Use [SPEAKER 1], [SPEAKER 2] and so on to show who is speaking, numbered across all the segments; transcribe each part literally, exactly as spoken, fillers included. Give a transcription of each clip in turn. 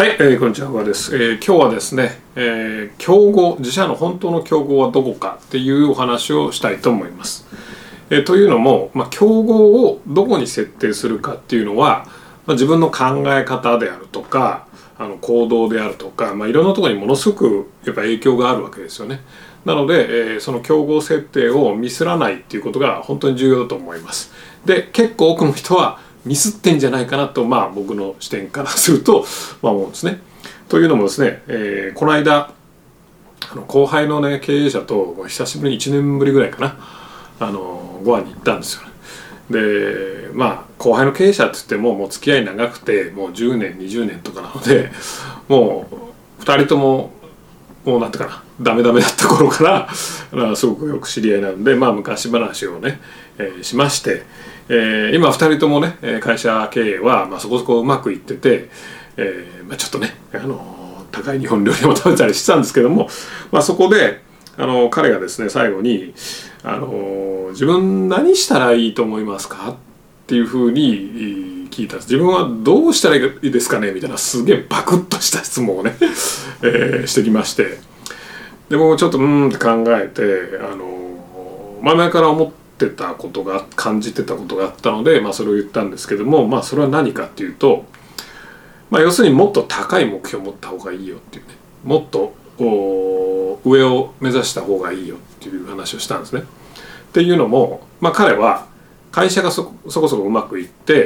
[SPEAKER 1] はい、えー、こんにちは、小川です。えー、今日はですね、えー、競合、自社の本当の競合はどこかっていうお話をしたいと思います。えー、というのも、まあ、競合をどこに設定するかっていうのは、まあ、自分の考え方であるとか、あの行動であるとか、まあ、いろんなところにものすごくやっぱ影響があるわけですよね。なので、えー、その競合設定をミスらないっていうことが本当に重要だと思います。で、結構多くの人はミスってんじゃないかなと、まあ僕の視点からすると、まあ思うんですね。というのもですね、えー、この間あの後輩のね経営者と久しぶりにいちねんぶりぐらいかな、あのご飯に行ったんですよ。で、まあ後輩の経営者って言ってももう付き合い長くてもうじゅうねんにじゅうねんとかなので、もうふたりとももうなんていうかな、ダメダメだった頃からすごくよく知り合いなんで、まあ昔話をね、えー、しまして、えー、今ふたりともね会社経営はまあそこそこうまくいってて、えーまあ、ちょっとね、あの高い日本料理も食べたりしてたんですけども、まあ、そこであの彼がですね最後にあの「自分何したらいいと思いますか?」っていうふうに聞いたんです。自分はどうしたらいいですかねみたいなすげえバクッとした質問をね、えー、してきまして、で僕ちょっとうーんって考えて、あの前々から思ってたことが感じてたことがあったので、まあ、それを言ったんですけども、まあそれは何かっていうと、まあ、要するにもっと高い目標を持った方がいいよっていうね、もっと上を目指した方がいいよっていう話をしたんですね。っていうのも、まあ、彼は会社が そ, そこそこうまくいって、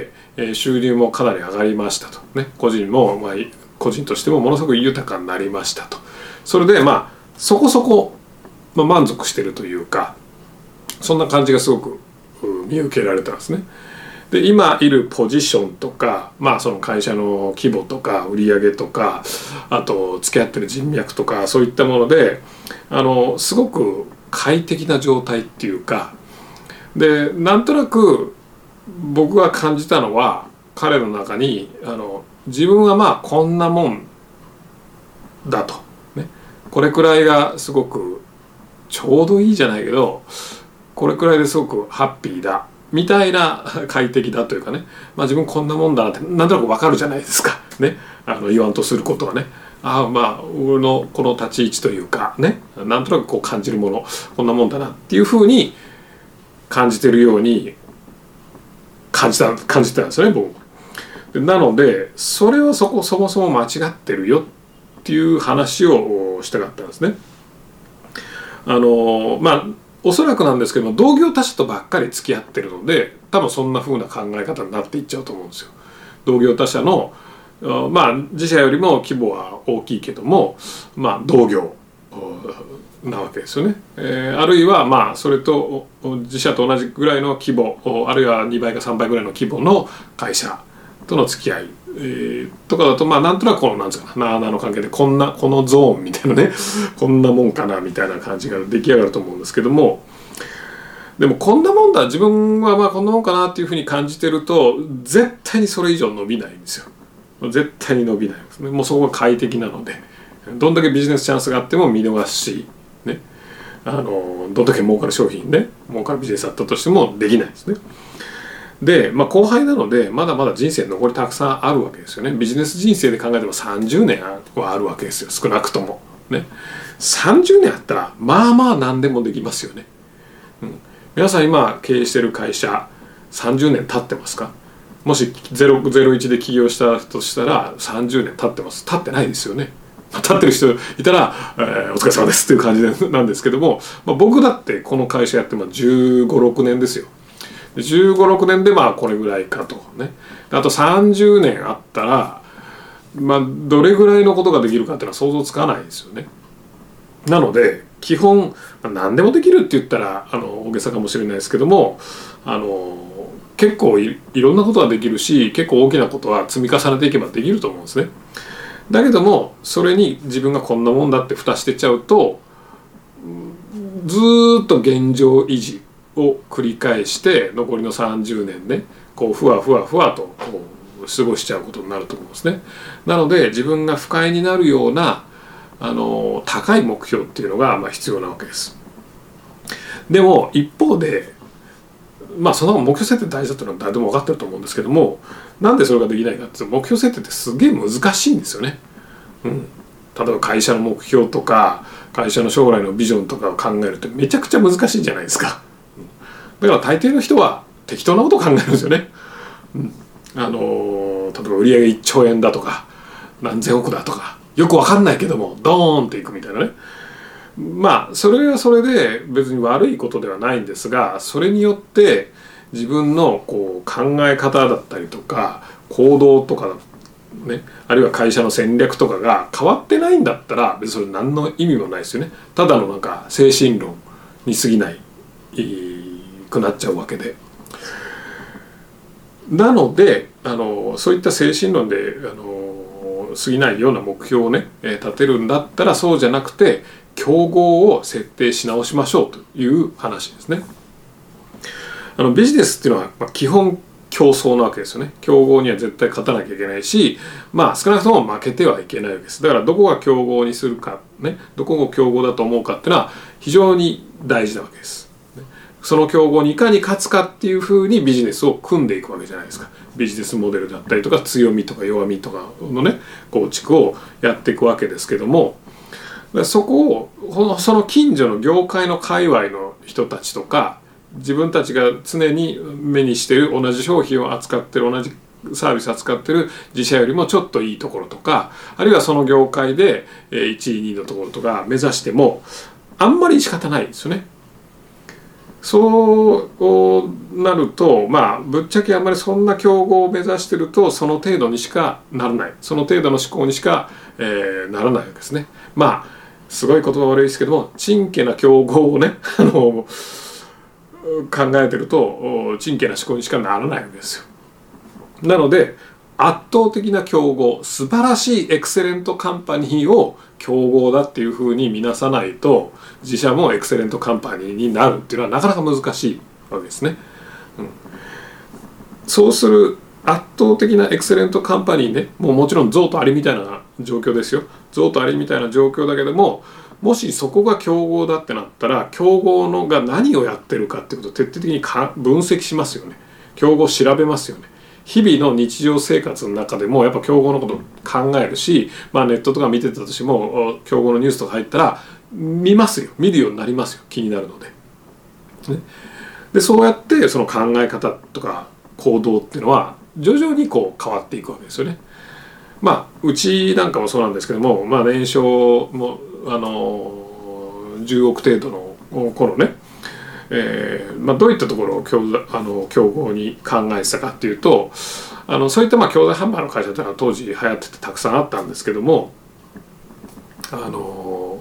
[SPEAKER 1] えー、収入もかなり上がりましたとね、個人も、まあ、個人としてもものすごく豊かになりましたと。それでまあそこそこ、まあ、満足してるというか、そんな感じがすごく見受けられたんですね。で今いるポジションとか、まあ、その会社の規模とか売上とか、あと付き合ってる人脈とか、そういったものであのすごく快適な状態っていうかで、なんとなく僕が感じたのは、彼の中にあの自分はまあこんなもんだと、ね、これくらいがすごくちょうどいいじゃないけど、これくらいですごくハッピーだみたいな、快適だというかね、まあ自分こんなもんだなってなんとなくわかるじゃないですかね、あの言わんとすることはね。ああ、まあ俺のこの立ち位置というかね、なんとなくこう感じるもの、こんなもんだなっていうふうに感じてるように感じた感じてたんですよね、僕も。なのでそれはそこそもそも間違ってるよっていう話をしたかったんですね。あのまあおそらくなんですけども、同業他社とばっかり付き合ってるので、多分そんな風な考え方になっていっちゃうと思うんですよ。同業他社のまあ自社よりも規模は大きいけども、まあ同業なわけですよね。えー、あるいはまあそれと自社と同じぐらいの規模、あるいはにばいかさんばいぐらいの規模の会社との付き合い、えー、とかだと、まあなんとなくこのなんつうかな、なあなあの関係でこんなこのゾーンみたいなねこんなもんかなみたいな感じが出来上がると思うんですけども、でもこんなもんだ、自分はまあこんなもんかなっていうふうに感じてると、絶対にそれ以上伸びないんですよ。絶対に伸びないですね。もうそこが快適なので、どんだけビジネスチャンスがあっても見逃すしね、あのどんだけ儲かる商品ね、儲かるビジネスあったとしてもできないですね。で、まあ、後輩なのでまだまだ人生残りたくさんあるわけですよね。ビジネス人生で考えてもさんじゅうねんはあるわけですよ、少なくともね。さんじゅうねんあったらまあまあ何でもできますよね。うん、皆さん今経営してる会社さんじゅうねん経ってますか？もしゼロいちで起業したとしたらさんじゅうねん経ってます？経ってないですよね。立ってる人いたら、えー、お疲れ様ですっていう感じなんですけども、まあ、僕だってこの会社やってもじゅうご、ろくねんですよ。じゅうご、ろくねんでまあこれぐらいかとね。あとさんじゅうねんあったら、まあどれぐらいのことができるかっていうのは想像つかないですよね。なので基本、まあ、何でもできるって言ったらあの大げさかもしれないですけども、あの結構 い, いろんなことができるし、結構大きなことは積み重ねていけばできると思うんですね。だけどもそれに自分がこんなもんだって蓋してちゃうと、ずっと現状維持を繰り返して残りのさんじゅうねんね、こうふわふわふわとこう過ごしちゃうことになると思うんですね。なので自分が不快になるようなあの高い目標っていうのがまあ必要なわけです。でも一方でまあその目標設定大事だっていうのは誰でも分かってると思うんですけども、なんでそれができないかっていうと、目標設定ってすげえ難しいんですよね。うん、例えば会社の目標とか会社の将来のビジョンとかを考えるってめちゃくちゃ難しいじゃないですか。だから大抵の人は適当なことを考えるんですよね。うん、あのー、例えば売上いっちょうえんだとか何千億だとかよく分かんないけどもドーンっていくみたいなね。まあそれはそれで別に悪いことではないんですが、それによって自分のこう考え方だったりとか行動とかね、あるいは会社の戦略とかが変わってないんだったら別にそれ何の意味もないですよね。ただのなんか精神論に過ぎないくなっちゃうわけで、なのであのそういった精神論であの過ぎないような目標をね立てるんだったら、そうじゃなくて競合を設定し直しましょうという話ですね。あのビジネスっていうのは、まあ、基本競争なわけですよね。競合には絶対勝たなきゃいけないし、まあ少なくとも負けてはいけないわけです。だからどこが競合にするかね、どこが競合だと思うかっていうのは非常に大事なわけです。その競合にいかに勝つかっていうふうにビジネスを組んでいくわけじゃないですか。ビジネスモデルだったりとか強みとか弱みとかのね構築をやっていくわけですけども、そこをその近所の業界の界隈の人たちとか、自分たちが常に目にしている同じ商品を扱ってる同じサービスを扱ってる自社よりもちょっといいところとか、あるいはその業界でいちいにいのところとか目指してもあんまり仕方ないですよね。そうなるとまあぶっちゃけあんまりそんな競合を目指してるとその程度にしかならない、その程度の思考にしか、えー、ならないわけですね。まあすごい言葉悪いですけども、ちんけな競合をねあの考えてるとちんけな思考にしかならないわけですよ。なので圧倒的な競合、素晴らしいエクセレントカンパニーを競合だっていうふうに見なさないと、自社もエクセレントカンパニーになるっていうのはなかなか難しいわけですね。うん、そうする圧倒的なエクセレントカンパニーね、もうもちろん象とアリみたいな状況ですよ。象とアリみたいな状況だけども、もしそこが競合だってなったら、競合のが何をやってるかっていうことを徹底的にか分析しますよね。競合を調べますよね。日々の日常生活の中でもやっぱ競合のことを考えるし、まあ、ネットとか見てたとしても競合のニュースとか入ったら見ますよ、見るようになりますよ、気になるので。ね、でそうやってその考え方とか行動っていうのは徐々にこう変わっていくわけですよね。まあうちなんかもそうなんですけども、まあ、年商もあのじゅうおく程度の頃ね、えーまあ、どういったところを競あの競合に考えてたかっていうと、あのそういったまあ教材販売の会社というのは当時流行っててたくさんあったんですけども、あの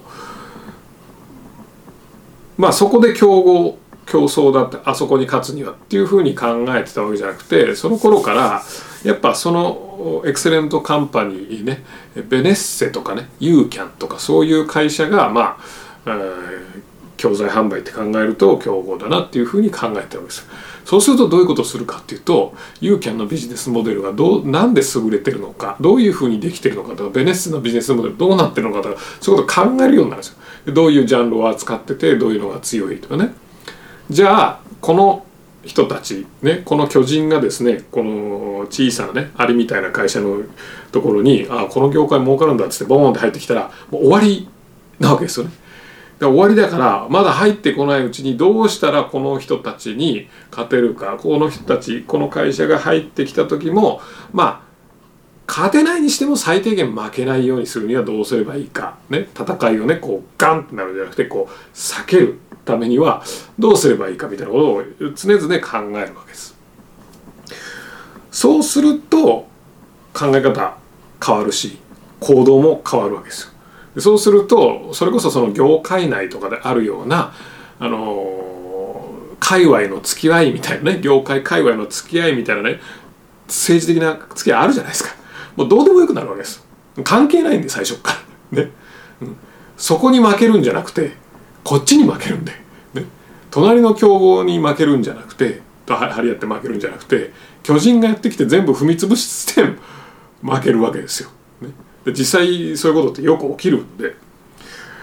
[SPEAKER 1] まあそこで競合競争だってあそこに勝つにはっていうふうに考えてたわけじゃなくて、その頃からやっぱそのエクセレントカンパニーね、ベネッセとかね、ユーキャンとかそういう会社がまあ、えー教材販売って考えると競合だなっていうふうに考えてるわけです。そうするとどういうことをするかっていうと、ユーキャンのビジネスモデルがどうなんで優れてるのか、どういうふうにできてるのかとか、ベネッセのビジネスモデルどうなってるのかとか、そういうことを考えるようになるんですよ。どういうジャンルを扱っててどういうのが強いとかね。じゃあこの人たちね、この巨人がですね、この小さなねアリみたいな会社のところに、あこの業界儲かるんだっつってボーンって入ってきたらもう終わりなわけですよね。終わりだから、まだ入ってこないうちにどうしたらこの人たちに勝てるか、この人たちこの会社が入ってきた時もまあ勝てないにしても最低限負けないようにするにはどうすればいいか、ね、戦いをねこうガンってなるんじゃなくてこう避けるためにはどうすればいいかみたいなことを常々考えるわけです。そうすると考え方変わるし行動も変わるわけですよ。そうするとそれこそその業界内とかであるようなあの界隈の付き合いみたいなね、業界界隈の付き合いみたいなね、政治的な付き合いあるじゃないですか。もうどうでもよくなるわけです。関係ないんで最初からね、うん、そこに負けるんじゃなくてこっちに負けるんで、ね、隣の競合に負けるんじゃなくて張り合って負けるんじゃなくて、巨人がやってきて全部踏み潰して負けるわけですよ。実際そういうことってよく起きるんで、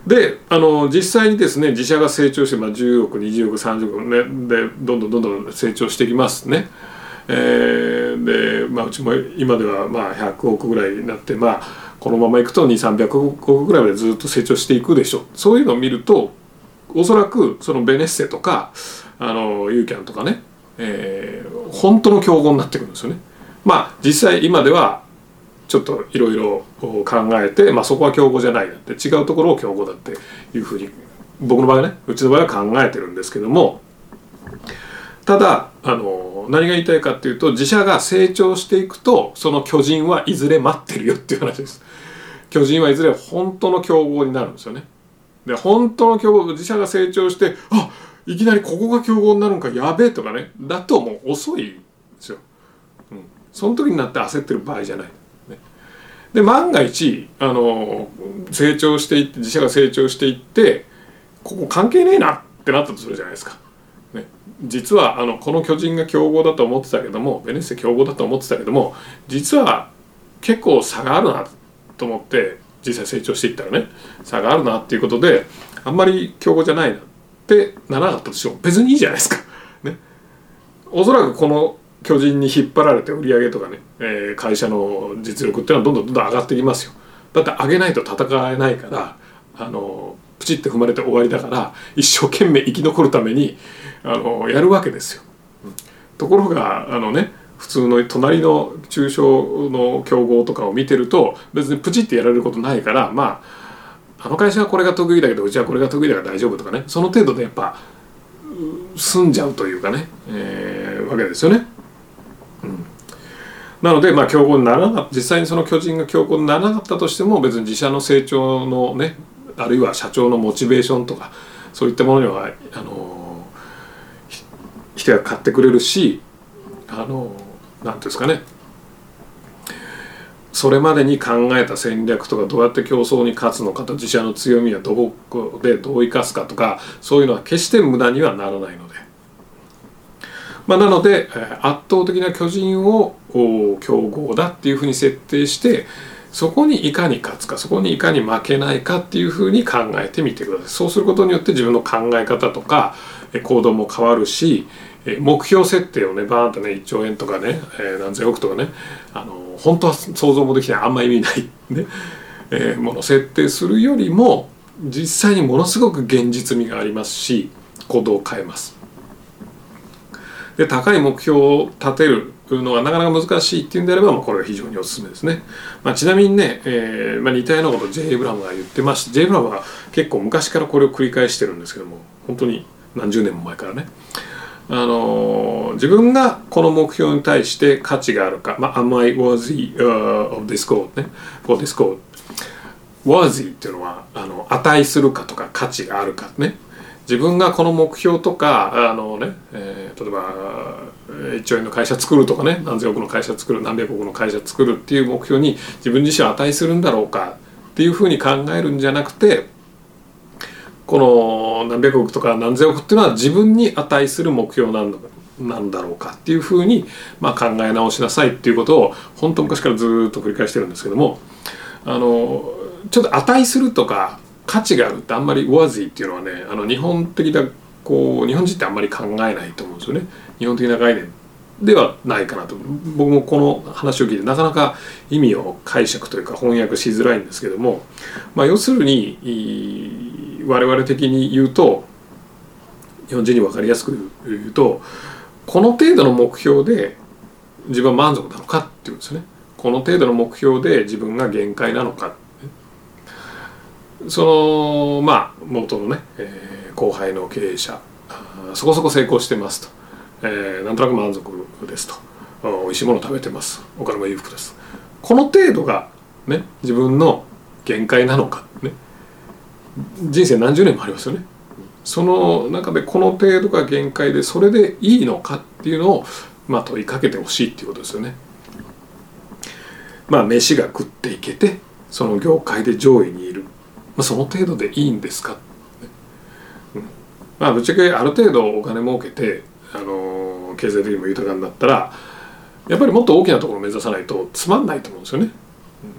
[SPEAKER 1] であの実際にですね自社が成長して、まあ、じゅうおくにじゅうおくさんじゅうおく、ね、でどんどんどんどん成長していきますね。えー、で、まあ、うちも今ではまあひゃくおくぐらいになって、まあ、このままいくとにせんさんびゃくおくぐらいまでずっと成長していくでしょう。そういうのを見るとおそらくそのベネッセとかあのユーキャンとかね、えー、本当の競合になってくるんですよね。まあ実際今ではちょっといろいろ考えて、まあ、そこは競合じゃないなって違うところを競合だっていうふうに僕の場合はねうちの場合は考えてるんですけども、ただあの何が言いたいかっていうと自社が成長していくとその巨人はいずれ待ってるよっていう話です。巨人はいずれ本当の競合になるんですよね。で本当の競合自社が成長してあいきなりここが競合になるんかやべえとかねだともう遅いんですよ。うん、その時になって焦ってる場合じゃない。で万が一あの成長していって自社が成長していってここ関係ねえなってなったとするじゃないですか、ね、実はあのこの巨人が競合だと思ってたけどもベネッセ競合だと思ってたけども実は結構差があるなと思って実際成長していったらね差があるなっていうことであんまり競合じゃないなってならなかったとしても別にいいじゃないですか、ね、おそらくこの巨人に引っ張られて売り上げとかね、えー、会社の実力っていうのはどんどんどんどん上がってきますよ。だって上げないと戦えないからあのプチって踏まれて終わりだから一生懸命生き残るためにあのやるわけですよ、うん、ところがあのね普通の隣の中小の競合とかを見てると別にプチってやられることないからまああの会社はこれが得意だけどうちはこれが得意だから大丈夫とかねその程度でやっぱ済んじゃうというかね、えー、わけですよね。なのでまあ競合にならなかった実際にその巨人が競合にならなかったとしても別に自社の成長のねあるいは社長のモチベーションとかそういったものにはあの人が買ってくれるしあのなんていうんですかねそれまでに考えた戦略とかどうやって競争に勝つのかと自社の強みはどこでどう生かすかとかそういうのは決して無駄にはならないので。まあ、なので圧倒的な巨人を競合だっていうふうに設定してそこにいかに勝つかそこにいかに負けないかっていうふうに考えてみてください。そうすることによって自分の考え方とか行動も変わるし目標設定をねバーンとねいっちょうえんとかね何千億とかねあの本当は想像もできないあんま意味ないね、えー、ものを設定するよりも実際にものすごく現実味がありますし行動を変えます。で高い目標を立てるのがなかなか難しいっていうんであれば、まあ、これが非常におすすめですね。まあ、ちなみにね、えーまあ、似たようなことを J. ブラムが言ってまして J. ブラムは結構昔からこれを繰り返してるんですけども本当に何十年も前からねあのー、自分がこの目標に対して価値があるか、まあ、Am I worthy、uh, of this goal ね for this goal worthy っていうのはあの値するかとか価値があるかね自分がこの目標とかあのね、えー、例えばいっちょうえんの会社作るとかね何千億の会社作る何百億の会社作るっていう目標に自分自身は値するんだろうかっていうふうに考えるんじゃなくてこの何百億とか何千億っていうのは自分に値する目標なんだなんだろうかっていうふうに、まあ、考え直しなさいっていうことを本当昔からずっと繰り返してるんですけどもあのちょっと値するとか価値があるってあんまりworthyっていうのはねあの日本的なこう日本人ってあんまり考えないと思うんですよね。日本的な概念ではないかなと僕もこの話を聞いてなかなか意味を解釈というか翻訳しづらいんですけども、まあ、要するに我々的に言うと日本人に分かりやすく言うとこの程度の目標で自分は満足なのかっていうんですよね。この程度の目標で自分が限界なのかそのまあ元のね、えー、後輩の経営者そこそこ成功してますと、えー、なんとなく満足ですと美味しいもの食べてますお金も裕福ですこの程度がね自分の限界なのかね人生何十年もありますよね。その中でこの程度が限界でそれでいいのかっていうのをまあ問いかけてほしいっていうことですよね。まあ飯が食っていけてその業界で上位にいるまあ、その程度でいいんですか、うん、まあぶっちゃけある程度お金儲けて、あのー、経済的にも豊かになったらやっぱりもっと大きなところを目指さないとつまんないと思うんですよね、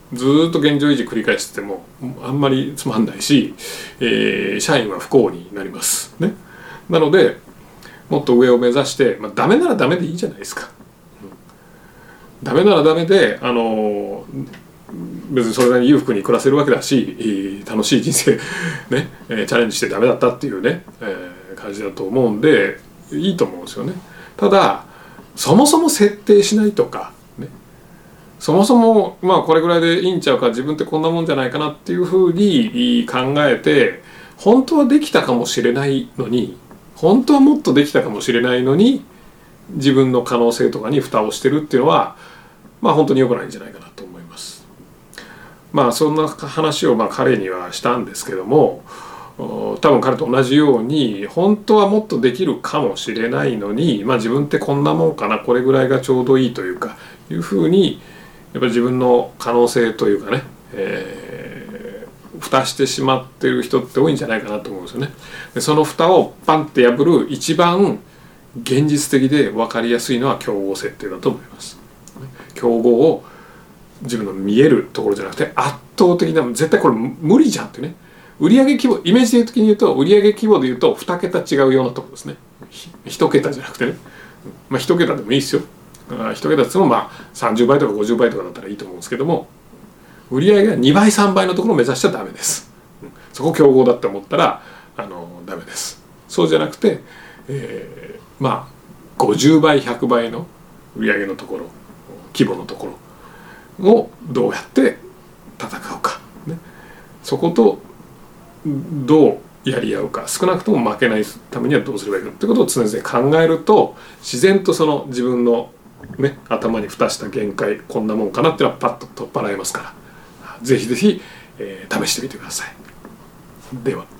[SPEAKER 1] ずーっと現状維持繰り返しててもあんまりつまんないし、えー、社員は不幸になりますね。なのでもっと上を目指して、まあ、ダメならダメでいいじゃないですか。ダメならダメで、あの別にそれなりに裕福に暮らせるわけだし、楽しい人生ねチャレンジしてダメだったっていうね、えー、感じだと思うんでいいと思うんですよね。ただそもそも設定しないとかね、そもそもまあこれぐらいでいいんちゃうか、自分ってこんなもんじゃないかなっていうふうに考えて、本当はできたかもしれないのに、本当はもっとできたかもしれないのに自分の可能性とかに蓋をしてるっていうのはまあ本当に良くないんじゃないかなと思います。まあそんな話をまあ彼にはしたんですけども、多分彼と同じように本当はもっとできるかもしれないのに、まあ自分ってこんなもんかな、これぐらいがちょうどいいというかいうふうにやっぱり自分の可能性というかね、えー、蓋してしまってる人って多いんじゃないかなと思うんですよね。でその蓋をパンって破る一番現実的で分かりやすいのは競合設定だと思います。競合を自分の見えるところじゃなくて圧倒的な、絶対これ無理じゃんってね、売上規模、イメージ的に言うと売上規模で言うとに桁違うようなところですね。いち桁じゃなくてね、まあいち桁でもいいですよ。いち桁ってもまあさんじゅうばいとかごじゅうばいとかだったらいいと思うんですけども、売上がにばいさんばいのところを目指しちゃダメです。そこ競合だって思ったらあのダメです。そうじゃなくて、えー、まあごじゅうばいひゃくばいの売上のところ、規模のところをどうやって戦うか、ね、そことどうやり合うか、少なくとも負けないためにはどうすればいいかってことを常々考えると、自然とその自分の、ね、頭に蓋した限界、こんなもんかなっていうのはパッと取っ払えますから、ぜひぜひ、えー、試してみてください。では。